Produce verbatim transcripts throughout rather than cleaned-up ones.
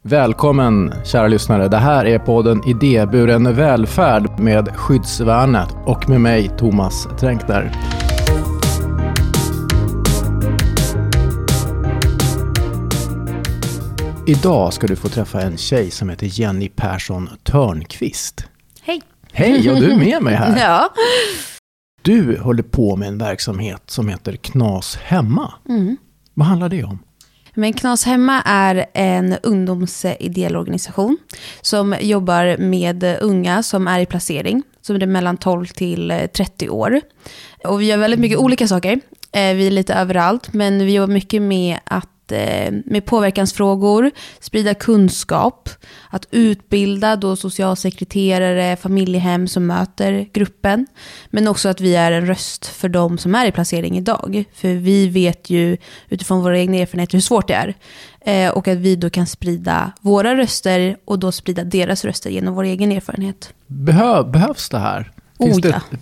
Välkommen kära lyssnare, det här är podden Idéburen välfärd med Skyddsvärnet och med mig Thomas Tränkner. Idag ska du få träffa en tjej som heter Jenny Persson Törnqvist. Hej. Hej, och du är med mig här. Ja. Du håller på med en verksamhet som heter Knas Hemma. Mm. Vad handlar det om? Men Knas Hemma är en ungdomsideell organisation som jobbar med unga som är i placering, som är mellan tolv till trettio år. Och vi gör väldigt mycket olika saker. Vi är lite överallt, men vi jobbar mycket med att med påverkansfrågor, sprida kunskap, att utbilda då socialsekreterare, familjehem som möter gruppen, men också att vi är en röst för de som är i placering idag. För vi vet ju utifrån våra egna erfarenheter hur svårt det är, och att vi då kan sprida våra röster och då sprida deras röster genom vår egen erfarenhet. Behö- behövs det här? Finns oh, det... ja.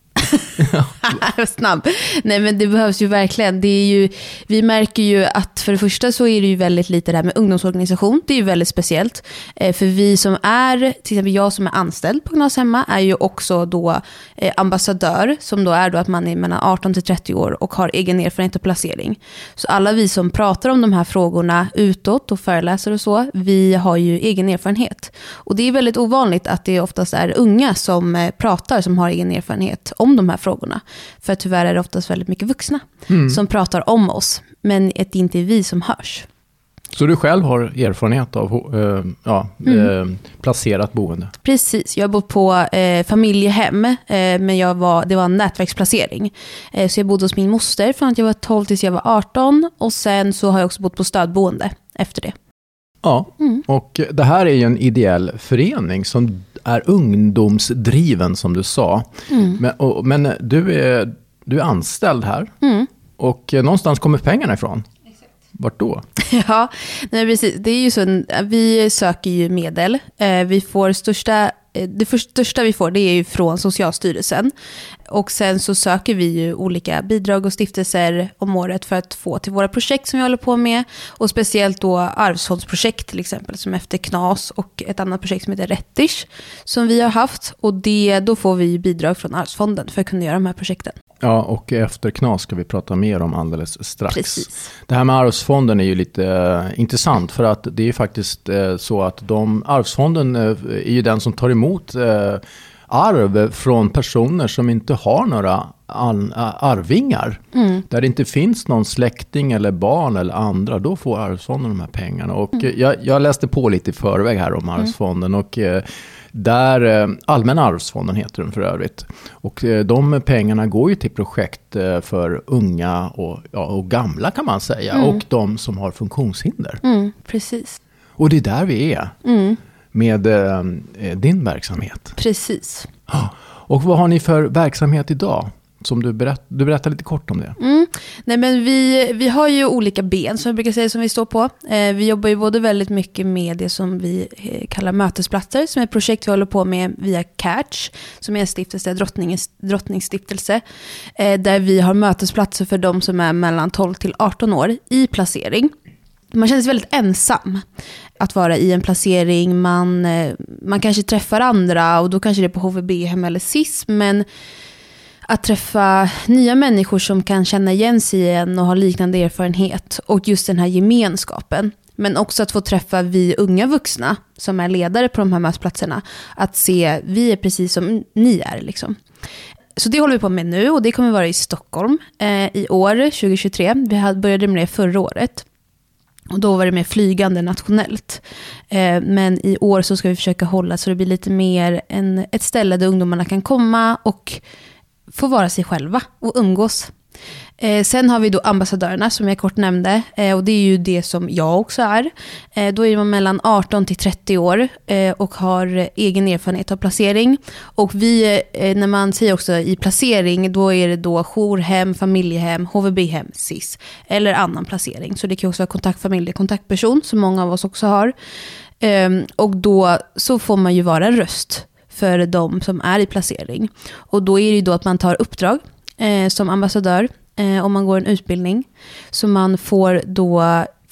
Snabb. Nej, men det behövs ju verkligen. Det är ju, vi märker ju att för det första så är det ju väldigt lite det här med ungdomsorganisation. Det är ju väldigt speciellt. Eh, för vi som är, till exempel jag som är anställd på Knas Hemma är ju också då eh, ambassadör, som då är då att man är mellan arton till trettio år och har egen erfarenhet och placering. Så alla vi som pratar om de här frågorna utåt och föreläser och så, vi har ju egen erfarenhet. Och det är väldigt ovanligt att det oftast är unga som eh, pratar som har egen erfarenhet om de här frågorna. För tyvärr är det oftast väldigt mycket vuxna mm. som pratar om oss, men det är inte vi som hörs. Så du själv har erfarenhet av äh, ja, mm. äh, placerat boende? Precis, jag har bott på äh, familjehem, äh, men jag var, det var en nätverksplacering. Äh, så jag bodde hos min moster från att jag var tolv tills jag var arton, och sen så har jag också bott på stödboende efter det. Ja, mm. och det här är ju en ideell förening som är ungdomsdriven som du sa. Mm. Men, och, men du, är, du är anställd här mm. och någonstans kommer pengarna ifrån. Exakt. Vart då? Ja, nej, precis. Det är ju så, vi söker ju medel. Vi får största, det största vi får det är ju från Socialstyrelsen. Och sen så söker vi ju olika bidrag och stiftelser om året för att få till våra projekt som vi håller på med. Och speciellt då arvsfondsprojekt till exempel, som efter Knas, och ett annat projekt som heter Rättish som vi har haft. Och det, då får vi bidrag från arvsfonden för att kunna göra de här projekten. Ja, och efter Knas ska vi prata mer om alldeles strax. Precis. Det här med arvsfonden är ju lite äh, intressant, för att det är faktiskt äh, så att de, arvsfonden äh, är ju den som tar emot äh, arv från personer som inte har några an- arvingar. Mm. Där det inte finns någon släkting eller barn eller andra, då får arvsfonden de här pengarna. Och mm. jag, jag läste på lite i förväg här om arvsfonden, och eh, där, allmänna arvsfonden heter den för övrigt. Och eh, de pengarna går ju till projekt eh, för unga och, ja, och gamla kan man säga, mm. och de som har funktionshinder. Mm, precis. Och det är där vi är. Mm. Med eh, din verksamhet. Precis. Och vad har ni för verksamhet idag? Som du, berätt, du berättar lite kort om det. Mm. Nej, men vi, vi har ju olika ben som jag brukar säga som vi står på. Eh, vi jobbar ju både väldigt mycket med det som vi eh, kallar mötesplatser, som är ett projekt vi håller på med via Catch, som är en stiftelse, drottningens, drottningsstiftelse, eh, där vi har mötesplatser för de som är mellan tolv till arton år i placering. Man känner sig väldigt ensam att vara i en placering. Man, man kanske träffar andra, och då kanske det är på H V B-hem eller S I S, men att träffa nya människor som kan känna igen sig igen och ha liknande erfarenhet, och just den här gemenskapen. Men också att få träffa vi unga vuxna som är ledare på de här mötesplatserna, att se, vi är precis som ni är liksom. Så det håller vi på med nu, och det kommer vara i Stockholm eh, i år, tjugo tjugotre. Vi började med det förra året. Och då var det mer flygande nationellt. Eh, men i år så ska vi försöka hålla så det blir lite mer en, ett ställe där ungdomarna kan komma och få vara sig själva och umgås. Eh, sen har vi då ambassadörerna som jag kort nämnde, eh, och det är ju det som jag också är. Eh, då är man mellan arton till trettio år eh, och har egen erfarenhet av placering. Och vi, eh, när man säger också i placering, då är det då jourhem, familjehem, H V B-hem, S I S eller annan placering. Så det kan också vara kontaktfamilj, kontaktperson som många av oss också har. Eh, och då så får man ju vara en röst för de som är i placering. Och då är det ju då att man tar uppdrag eh, som ambassadör eh, om man går en utbildning. Så man får då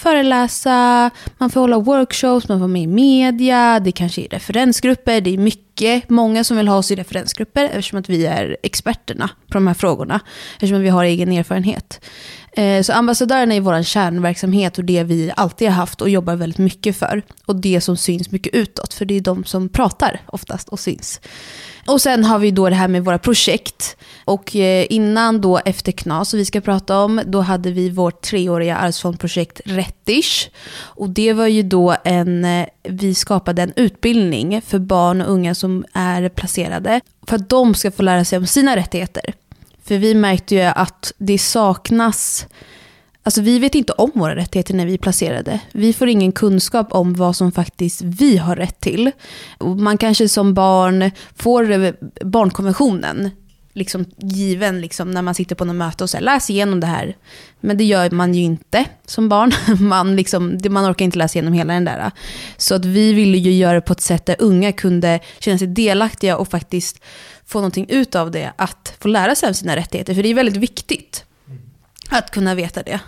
föreläsa, man får hålla workshops, man får med i media, det kanske är referensgrupper, det är mycket, många som vill ha oss i referensgrupper eftersom att vi är experterna på de här frågorna, eftersom att vi har egen erfarenhet. Så ambassadörerna är vår kärnverksamhet och det vi alltid har haft och jobbar väldigt mycket för. Och det som syns mycket utåt, för det är de som pratar oftast och syns. Och sen har vi då det här med våra projekt. Och innan då efter Knas, som vi ska prata om, då hade vi vårt treåriga arvsfondprojekt Rättish. Och det var ju då en, vi skapade en utbildning för barn och unga som är placerade för att de ska få lära sig om sina rättigheter. För vi märkte ju att det saknas, alltså vi vet inte om våra rättigheter när vi är placerade. Vi får ingen kunskap om vad som faktiskt vi har rätt till. Och man kanske som barn får barnkonventionen liksom given liksom, när man sitter på något möte och så här, läs igenom det här. Men det gör man ju inte som barn. Man, liksom, man orkar inte läsa igenom hela den där. Så att vi ville ju göra det på ett sätt där unga kunde känna sig delaktiga och faktiskt få någonting ut av det, att få lära sig om sina rättigheter. För det är väldigt viktigt att kunna veta det.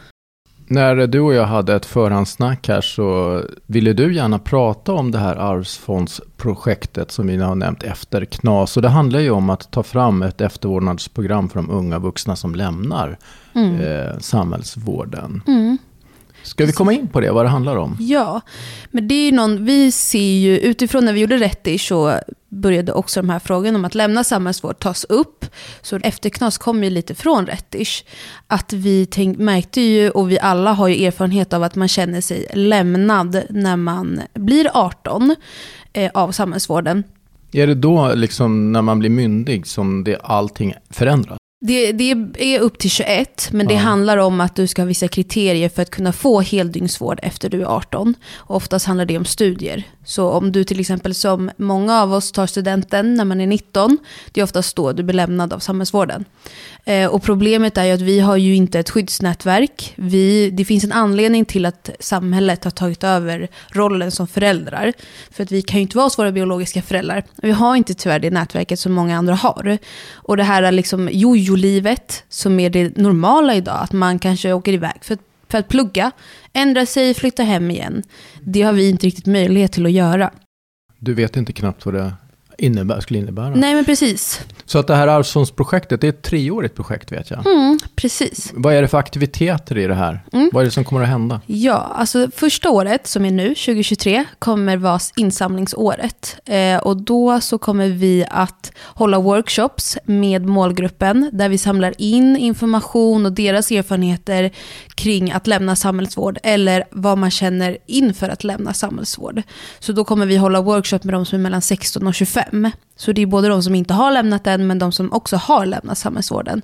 När du och jag hade ett förhandssnack här så ville du gärna prata om det här arvsfondsprojektet som vi har nämnt efter Knas. Och det handlar ju om att ta fram ett eftervårdnadsprogram för de unga vuxna som lämnar mm. eh, samhällsvården. Mm. Ska vi komma in på det, vad det handlar om? Ja, men det är ju någon, vi ser ju utifrån när vi gjorde Rättish så började också de här frågorna om att lämna samhällsvård tas upp. Så efter Knas kom ju lite från Rättish. Att vi tänk, märkte ju, och vi alla har ju erfarenhet av att man känner sig lämnad när man blir arton eh, av samhällsvården. Är det då liksom när man blir myndig som det allting förändras? Det, det är upp till tjugoett, men det ja. handlar om att du ska ha vissa kriterier för att kunna få heldygnsvård efter du är arton. Och oftast handlar det om studier. Så om du till exempel, som många av oss tar studenten när man är nitton, det är oftast då du blir lämnad av samhällsvården. Eh, och problemet är ju att vi har ju inte ett skyddsnätverk. Vi, det finns en anledning till att samhället har tagit över rollen som föräldrar. För att vi kan ju inte vara hos våra biologiska föräldrar. Vi har inte tyvärr det nätverket som många andra har. Och det här är liksom jojo-livet som är det normala idag. Att man kanske åker iväg för att, för att plugga, ändra sig, flytta hem igen. Det har vi inte riktigt möjlighet till att göra. Du vet inte knappt vad det innebär, skulle innebära. Nej, men precis. Så att det här arvsfondsprojektet, det är ett treårigt projekt, vet jag. Mm, precis. Vad är det för aktiviteter i det här? Mm. Vad är det som kommer att hända? Ja, alltså första året som är nu, tjugo tjugotre, kommer vara insamlingsåret. Eh, och då så kommer vi att hålla workshops med målgruppen där vi samlar in information och deras erfarenheter kring att lämna samhällsvård eller vad man känner inför att lämna samhällsvård. Så då kommer vi hålla workshop med de som är mellan sexton och tjugofem. Så det är både de som inte har lämnat den men de som också har lämnat samhällsvården.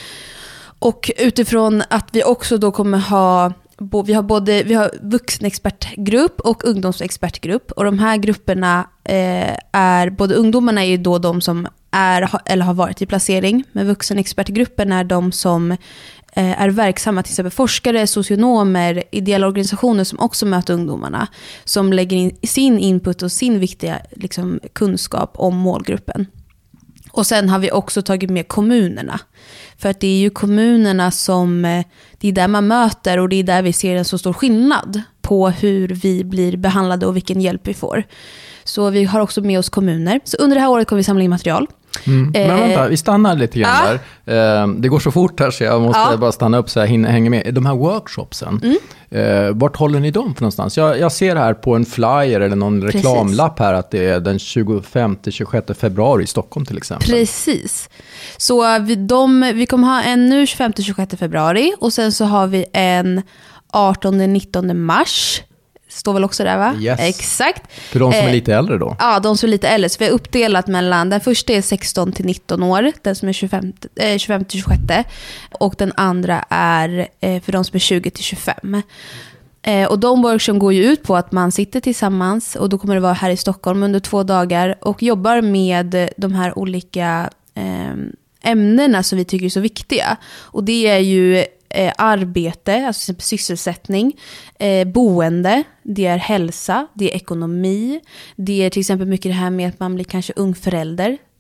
Och utifrån att vi också då kommer ha vi har både vi har vuxenexpertgrupp och ungdomsexpertgrupp, och de här grupperna eh, är både ungdomarna är ju då de som är eller har varit i placering, men vuxenexpertgruppen är de som eh, är verksamma, till exempel forskare, socionomer, ideella organisationer som också möter ungdomarna, som lägger in sin input och sin viktiga liksom, kunskap om målgruppen. Och sen har vi också tagit med kommunerna. För att det är ju kommunerna som, det är där man möter och det är där vi ser en så stor skillnad på hur vi blir behandlade och vilken hjälp vi får. Så vi har också med oss kommuner. Så under det här året kommer vi samla in material. Mm. Men vänta, vi stannar lite grann ja. där. Det går så fort här så jag måste ja. bara stanna upp så jag hinner hänga med. De här workshopsen, mm. vart håller ni dem för någonstans? Jag, jag ser här på en flyer eller någon Precis. reklamlapp här att det är den tjugofemte till tjugosjätte februari i Stockholm till exempel. Precis. Så vi, de, vi kommer ha en nu tjugofemte till tjugosjätte februari och sen så har vi en artonde till nittonde mars. Står väl också där, va? Yes. Exakt. För de som är lite äldre då? Ja, de som är lite äldre. Så vi har uppdelat mellan, den första är sexton till nitton år, den som är tjugofemte till tjugosjätte. Och den andra är eh, för de som är tjugo till tjugofem. Eh, och de workshops går ju ut på att man sitter tillsammans, och då kommer det vara här i Stockholm under två dagar, och jobbar med de här olika eh, ämnena som vi tycker är så viktiga. Och det är ju Eh, arbete, alltså sysselsättning, eh, boende, det är hälsa, det är ekonomi, det är till exempel mycket det här med att man blir kanske ung förälder,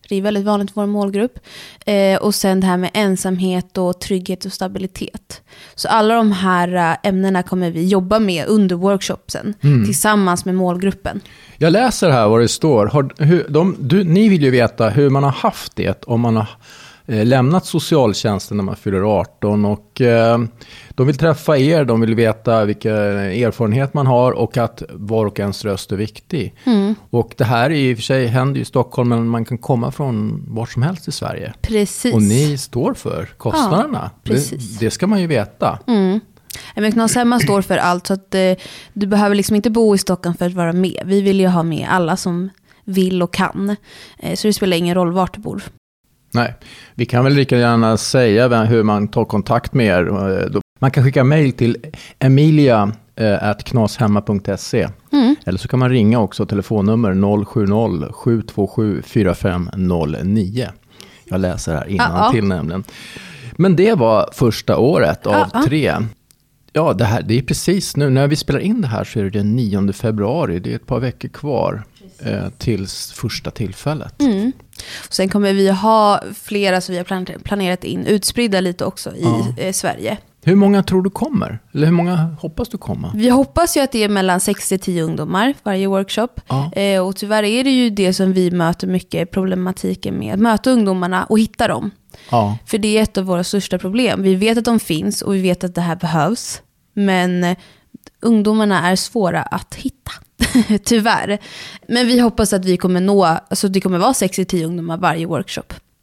Det är väldigt vanligt för vår målgrupp. Eh, och sen det här med ensamhet och trygghet och stabilitet. Så alla de här ämnena kommer vi jobba med under workshopsen mm. tillsammans med målgruppen. Jag läser här vad det står. Har, hur, de, du, ni vill ju veta hur man har haft det om man har eh, lämnat socialtjänsten när man fyller arton. Och eh, de vill träffa er, de vill veta vilka erfarenhet man har och att var och ens röst är viktig. Mm. Och det här är i och för sig händer i Stockholm, men man kan komma från var som helst i Sverige. Precis. Och ni står för kostnaderna. Ja, det, det ska man ju veta. Mm. Men Knas Hemma står för allt, så att eh, du behöver liksom inte bo i Stockholm för att vara med. Vi vill ju ha med alla som vill och kan. Eh, så det spelar ingen roll vart du bor. Nej, vi kan väl lika gärna säga hur man tar kontakt med er. Man kan skicka mejl till emilia at knashemma punkt se mm. eller så kan man ringa också telefonnummer noll sju noll sju två sju fyra fem noll nio. Jag läser här innan till nämligen. Men det var första året av Uh-oh. tre. Ja, det, här, det är precis nu. När vi spelar in det här så är det den nionde februari. Det är ett par veckor kvar eh, tills första tillfället. Mm. Och sen kommer vi ha flera som vi har planerat in utspridda lite också i ja. eh, Sverige. Hur många tror du kommer? Eller hur många hoppas du komma? Vi hoppas ju att det är mellan sex till tio ungdomar varje workshop. Ja. Eh, och tyvärr är det ju det som vi möter mycket problematiken med. Att möta ungdomarna och hitta dem. Ja. För det är ett av våra största problem. Vi vet att de finns och vi vet att det här behövs. Men eh, ungdomarna är svåra att hitta. Tyvärr. Men vi hoppas att vi kommer nå, alltså det kommer vara sex till tio ungdomar varje workshop.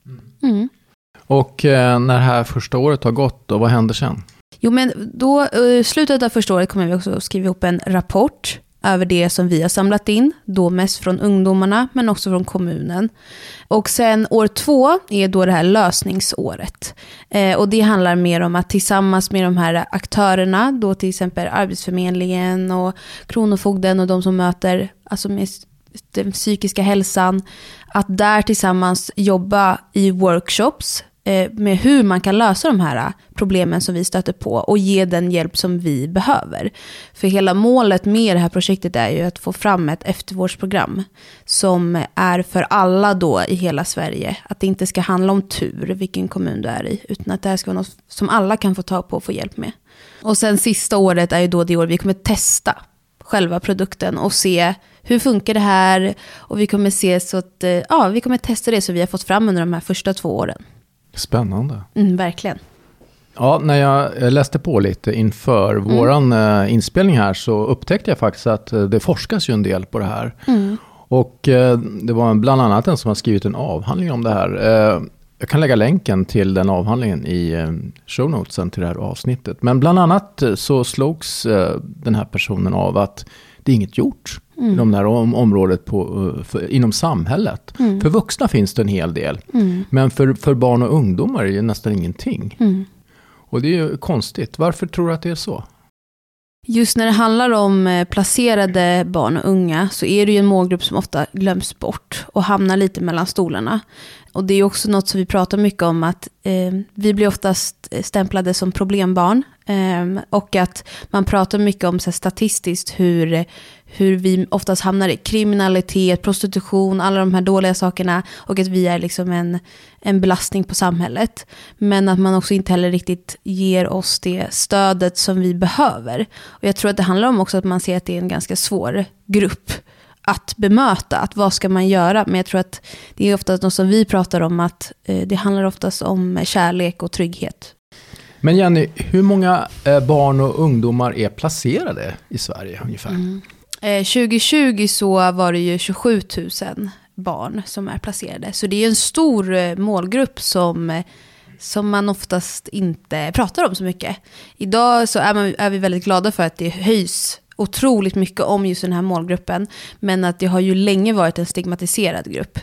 Mm. Och eh, när det här första året har gått, då, vad händer sen? Jo, men då, eh, slutet av första året kommer vi också skriva ihop en rapport över det som vi har samlat in, då mest från ungdomarna men också från kommunen. Och sen år två är då det här lösningsåret. Eh, och det handlar mer om att tillsammans med de här aktörerna, då till exempel Arbetsförmedlingen och Kronofogden och de som möter alltså med den psykiska hälsan, att där tillsammans jobba i workshops med hur man kan lösa de här problemen som vi stöter på och ge den hjälp som vi behöver. För hela målet med det här projektet är ju att få fram ett eftervårdsprogram som är för alla då i hela Sverige. Att det inte ska handla om tur vilken kommun du är i, utan att det här ska vara något som alla kan få ta på och få hjälp med. Och sen sista året är ju då det år vi kommer testa själva produkten och se hur funkar det här, och vi kommer se så att ja, vi kommer testa det så vi har fått fram under de här första två åren. Spännande. Mm, verkligen. Ja, när jag läste på lite inför mm. våran uh, inspelning här så upptäckte jag faktiskt att uh, det forskas ju en del på det här. Mm. Och uh, det var bland annat en som har skrivit en avhandling om det här. Uh, jag kan lägga länken till den avhandlingen i uh, show notesen till det här avsnittet. Men bland annat uh, så slogs uh, den här personen av att det är inget gjort mm. i de här om, området på, för, inom samhället. Mm. För vuxna finns det en hel del. Mm. Men för, för barn och ungdomar är det nästan ingenting. Mm. Och det är ju konstigt. Varför tror du att det är så? Just när det handlar om placerade barn och unga så är det ju en målgrupp som ofta glöms bort och hamnar lite mellan stolarna. Och det är också något som vi pratar mycket om, att eh, vi blir oftast stämplade som problembarn. Eh, och att man pratar mycket om så här, statistiskt hur, hur vi oftast hamnar i kriminalitet, prostitution, alla de här dåliga sakerna. Och att vi är liksom en, en belastning på samhället. Men att man också inte heller riktigt ger oss det stödet som vi behöver. Och jag tror att det handlar om också att man ser att det är en ganska svår grupp att bemöta, att vad ska man göra. Men jag tror att det är ofta något som vi pratar om, att eh, det handlar oftast om kärlek och trygghet. Men Jenny, hur många eh, barn och ungdomar är placerade i Sverige ungefär? Mm. Eh, tjugo tjugo så var det ju tjugosju tusen barn som är placerade. Så det är en stor eh, målgrupp som, eh, som man oftast inte pratar om så mycket. Idag så är, man, är vi väldigt glada för att det höjs otroligt mycket om just den här målgruppen, men att det har ju länge varit en stigmatiserad grupp.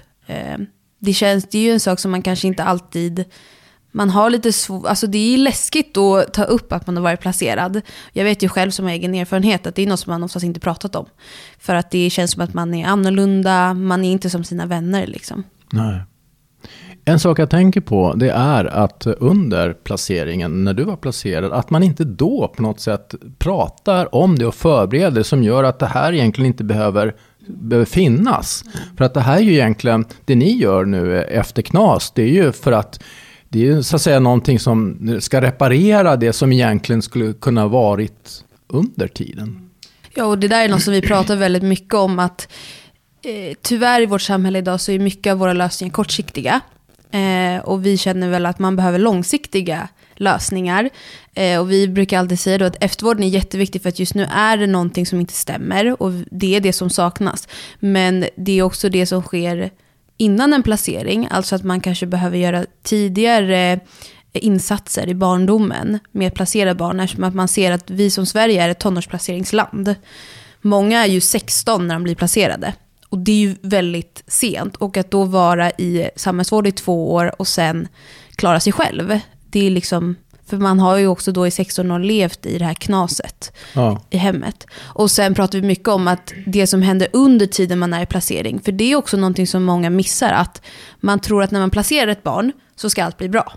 Det känns, det är ju en sak som man kanske inte alltid, man har lite svår, alltså det är läskigt att ta upp att man har varit placerad. Jag vet ju själv som har egen erfarenhet att det är något som man oftast inte pratat om, för att det känns som att man är annorlunda, man är inte som sina vänner liksom. Nej. En sak jag tänker på, det är att under placeringen, när du var placerad, att man inte då på något sätt pratar om det och förbereder som gör att det här egentligen inte behöver, behöver finnas. För att det här är ju egentligen, det ni gör nu efter KNAS, det är ju för att det är ju så att säga någonting som ska reparera det som egentligen skulle kunna varit under tiden. Ja, och det där är något som vi pratar väldigt mycket om, att eh, tyvärr i vårt samhälle idag så är mycket av våra lösningar kortsiktiga. Eh, och vi känner väl att man behöver långsiktiga lösningar. Eh, och vi brukar alltid säga då att eftervården är jätteviktig, för att just nu är det någonting som inte stämmer och det är det som saknas. Men det är också det som sker innan en placering, alltså att man kanske behöver göra tidigare insatser i barndomen med att placera barn, eftersom att man ser att vi som Sverige är ett tonårsplaceringsland. Många är ju sexton när de blir placerade. Och det är ju väldigt sent. Och att då vara i samhällsvård i två år och sen klara sig själv. Det är liksom, för man har ju också då i sexton år levt i det här knaset ja. i hemmet. Och sen pratar vi mycket om att det som händer under tiden man är i placering. För det är också någonting som många missar. Att man tror att när man placerar ett barn så ska allt bli bra.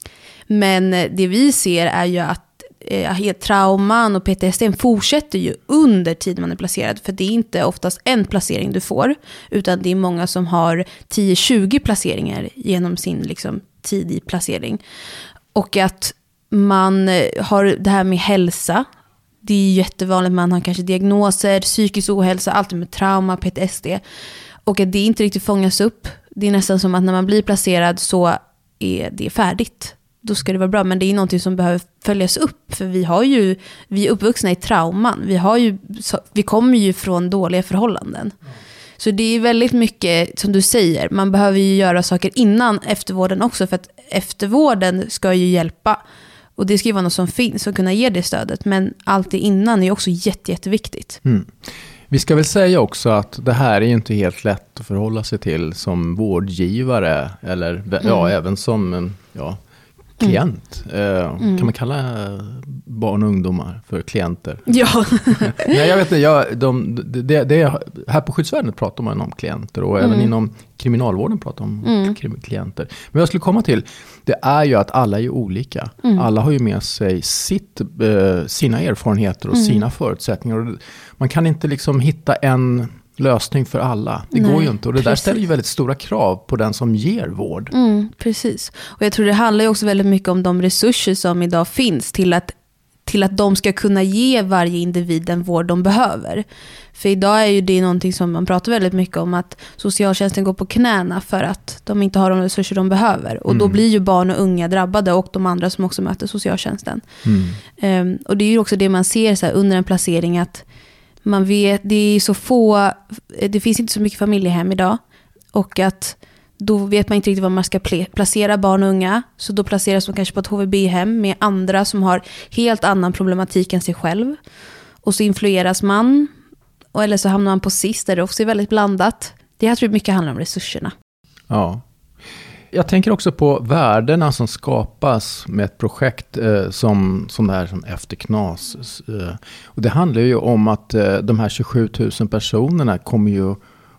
Men det vi ser är ju att eh, trauman och P T S D fortsätter ju under tiden man är placerad. För det är inte oftast en placering du får, utan det är många som har tio till tjugo placeringar genom sin liksom, tid i placering. Och att man har det här med hälsa. Det är jättevanligt, man har kanske diagnoser, psykisk ohälsa, allt med trauma, P T S D. Och att det inte riktigt fångas upp. Det är nästan som att när man blir placerad så är det färdigt. Då ska det vara bra, men det är någonting som behöver följas upp, för vi har ju vi är uppvuxna i trauman. Vi har ju vi kommer ju från dåliga förhållanden. Mm. Så det är väldigt mycket som du säger, man behöver ju göra saker innan eftervården också, för att eftervården ska ju hjälpa. Och det ska ju vara något som finns och kunna ge det stödet, men allt det innan är också jätte, jätteviktigt. Mm. Vi ska väl säga också att det här är inte helt lätt att förhålla sig till som vårdgivare eller mm. ja, även som ja, klient. Mm. Mm. Kan man kalla barn och ungdomar för klienter? Ja. Nej, jag vet inte. Jag, de, det, det, här på Skyddsvärnet pratar man om klienter och mm. även inom kriminalvården pratar man om mm. klienter. Men jag skulle komma till, det är ju att alla är olika. Mm. Alla har ju med sig sitt, eh, sina erfarenheter och mm. sina förutsättningar. Man kan inte liksom hitta en lösning för alla. Det Nej, går ju inte. Och det precis. Där ställer ju väldigt stora krav på den som ger vård. Mm, precis. Och jag tror det handlar ju också väldigt mycket om de resurser som idag finns till att, till att de ska kunna ge varje individ den vård de behöver. För idag är ju det någonting som man pratar väldigt mycket om, att socialtjänsten går på knäna för att de inte har de resurser de behöver. Och mm. då blir ju barn och unga drabbade, och de andra som också möter socialtjänsten. Mm. Um, och det är ju också det man ser så här, under en placering, att man vet, det är så få, det finns inte så mycket familjehem idag, och att då vet man inte riktigt var man ska placera barn och unga, så då placeras de kanske på ett H V B-hem med andra som har helt annan problematik än sig själv, och så influeras man, och eller så hamnar man på S I S där det också är väldigt blandat. Det här tror jag mycket handlar om resurserna. Ja. Jag tänker också på värdena som skapas med ett projekt eh, som, som det här som efter KNAS. Eh, och det handlar ju om att eh, de här tjugosju tusen personerna kommer ju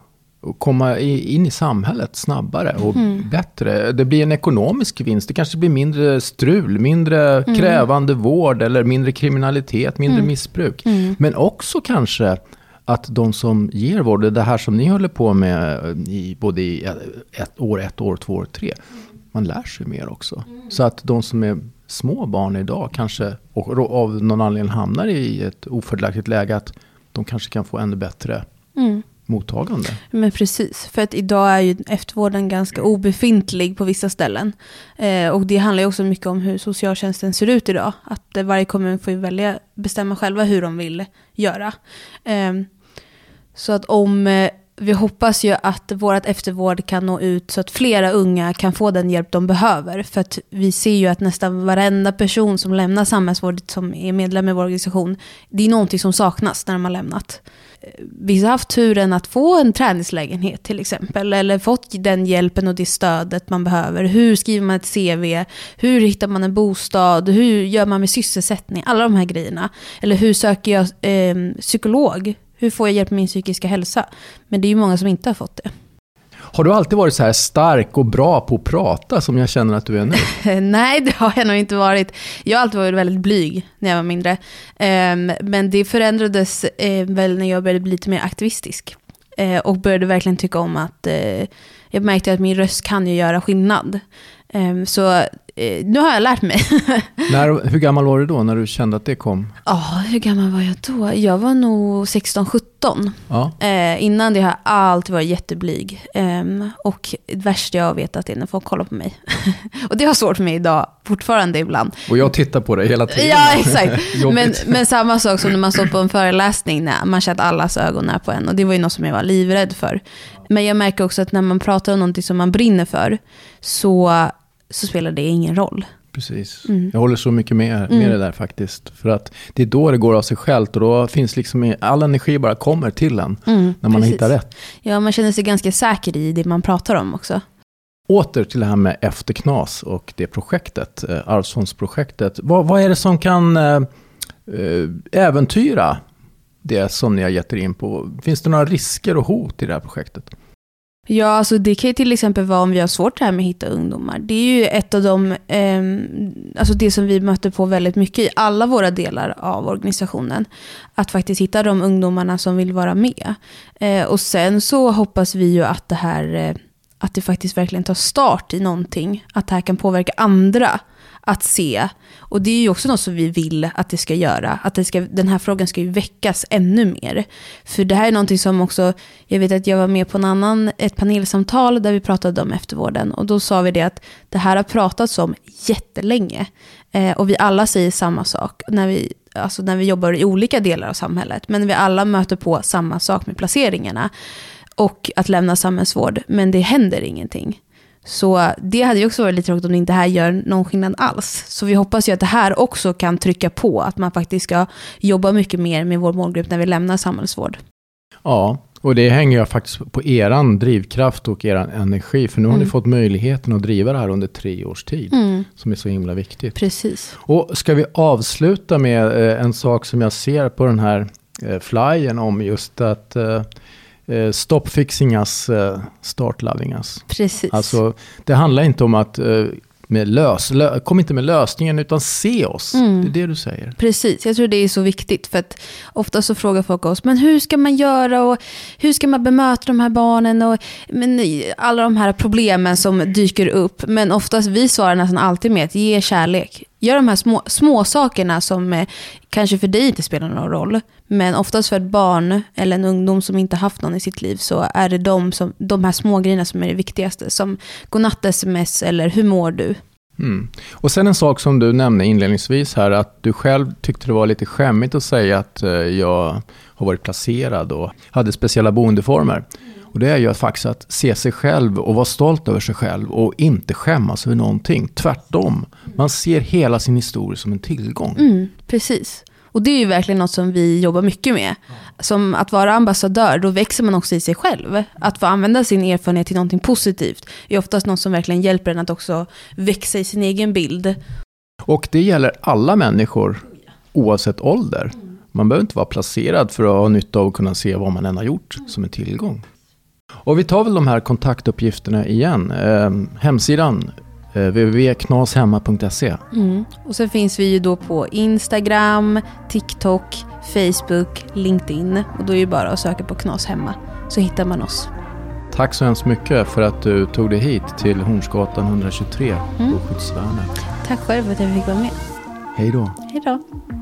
komma i, in i samhället snabbare och mm. bättre. Det blir en ekonomisk vinst. Det kanske blir mindre strul, mindre mm. krävande vård eller mindre kriminalitet, mindre mm. missbruk. Mm. Men också kanske att de som ger vård, det här som ni håller på med i både i ett år, ett år, två år, tre, man lär sig mer också. Mm. Så att de som är små barn idag kanske och av någon anledning hamnar i ett ofördelaktigt läge, att de kanske kan få ännu bättre mm. mottagande. Men precis, för att idag är ju eftervården ganska obefintlig på vissa ställen. Eh, och det handlar ju också mycket om hur socialtjänsten ser ut idag. Att eh, varje kommun får ju välja, bestämma själva hur de vill göra. Eh, så att om eh, vi hoppas ju att vårt eftervård kan nå ut så att flera unga kan få den hjälp de behöver. För att vi ser ju att nästan varenda person som lämnar samhällsvård som är medlem i vår organisation, det är någonting som saknas när de har lämnat. Vissa har haft turen att få en träningslägenhet till exempel, eller fått den hjälpen och det stödet man behöver. Hur skriver man ett C V? Hur hittar man en bostad? Hur gör man med sysselsättning? Alla de här grejerna. Eller hur söker jag eh, psykolog? Hur får jag hjälp med min psykiska hälsa? Men det är ju många som inte har fått det. Har du alltid varit så här stark och bra på att prata som jag känner att du är nu? Nej, det har jag nog inte varit. Jag har alltid varit väldigt blyg när jag var mindre. Men det förändrades väl när jag började bli lite mer aktivistisk. Och började verkligen tycka om att jag märkte att min röst kan ju göra skillnad. Så nu har jag lärt mig. När, hur gammal var du då när du kände att det kom? Ja, oh, hur gammal var jag då? Jag var nog sexton sjutton. Ja. Eh, innan det har jag alltid varit jätteblyg. Eh, och det värsta jag vet att det är när folk kollar på mig. Och det har svårt för mig idag, fortfarande ibland. Och jag tittar på dig hela tiden. Ja, exakt. men, men samma sak som när man står på en föreläsning när man känner att allas ögon är på en. Och det var ju något som jag var livrädd för. Men jag märker också att när man pratar om någonting som man brinner för så... så spelar det ingen roll. Precis. Mm. Jag håller så mycket med, med mm. det där faktiskt. För att det är då det går av sig självt och då finns liksom all energi bara kommer till en mm, när man precis. hittar rätt. Ja, man känner sig ganska säker i det man pratar om också. Åter till det här med Efterknas och det projektet, eh, Arvsfondsprojektet. Vad, vad är det som kan eh, äventyra det som ni har gett er in på? Finns det några risker och hot i det här projektet? Ja, alltså det kan ju till exempel vara om vi har svårt det här med att hitta ungdomar. Det är ju ett av de, eh, alltså det som vi möter på väldigt mycket i alla våra delar av organisationen. Att faktiskt hitta de ungdomarna som vill vara med. Eh, och sen så hoppas vi ju att det här, eh, att det faktiskt verkligen tar start i någonting. Att det här kan påverka andra att se. Och det är ju också något som vi vill att det ska göra. Att det ska, den här frågan ska ju väckas ännu mer. För det här är någonting som också, jag vet att jag var med på en annan, ett panelsamtal där vi pratade om eftervården. Och då sa vi det att det här har pratats om jättelänge. Eh, och vi alla säger samma sak när vi, alltså när vi jobbar i olika delar av samhället. Men vi alla möter på samma sak med placeringarna. Och att lämna samhällsvård. Men det händer ingenting. Så det hade ju också varit lite tråkigt om det inte här gör någon skillnad alls. Så vi hoppas ju att det här också kan trycka på att man faktiskt ska jobba mycket mer med vår målgrupp när vi lämnar samhällsvård. Ja, och det hänger ju faktiskt på eran drivkraft och eran energi. För nu har mm. ni fått möjligheten att driva det här under tre års tid. Mm. Som är så himla viktigt. Precis. Och ska vi avsluta med eh, en sak som jag ser på den här eh, flyern om just att... Eh, Stop fixing us, start loving us. Precis. Alltså, det handlar inte om att med lös, lö, kom inte med lösningen utan se oss. Mm. Det är det du säger. Precis, jag tror det är så viktigt för att ofta så frågar folk oss, men hur ska man göra och hur ska man bemöta de här barnen och men, alla de här problemen som dyker upp. Men oftast vi svarar nästan alltid med att ge kärlek. Gör de här små, små sakerna som eh, kanske för dig inte spelar någon roll. Men oftast för ett barn eller en ungdom som inte haft någon i sitt liv så är det de, som, de här små grejerna som är det viktigaste. Som godnatt-sms eller hur mår du? Mm. Och sen en sak som du nämnde inledningsvis här, att du själv tyckte det var lite skämmigt att säga att eh, jag har varit placerad och hade speciella boendeformer. Och det är ju faktiskt att se sig själv och vara stolt över sig själv och inte skämmas över någonting. Tvärtom, man ser hela sin historia som en tillgång. Mm, precis. Och det är ju verkligen något som vi jobbar mycket med. Som att vara ambassadör, då växer man också i sig själv. Att få använda sin erfarenhet till någonting positivt är oftast något som verkligen hjälper en att också växa i sin egen bild. Och det gäller alla människor oavsett ålder. Man behöver inte vara placerad för att ha nytta av att kunna se vad man än har gjort som en tillgång. Och vi tar väl de här kontaktuppgifterna igen. Eh, hemsidan eh, w w w punkt knashemma punkt se. Mm. Och sen finns vi ju då på Instagram, TikTok, Facebook, LinkedIn. Och då är det bara att söka på Knashemma så hittar man oss. Tack så hemskt mycket för att du tog dig hit till Hornsgatan etthundratjugotre mm. på Skyddsvärnet. Tack själv för att jag fick vara med. Hej då. Hej då.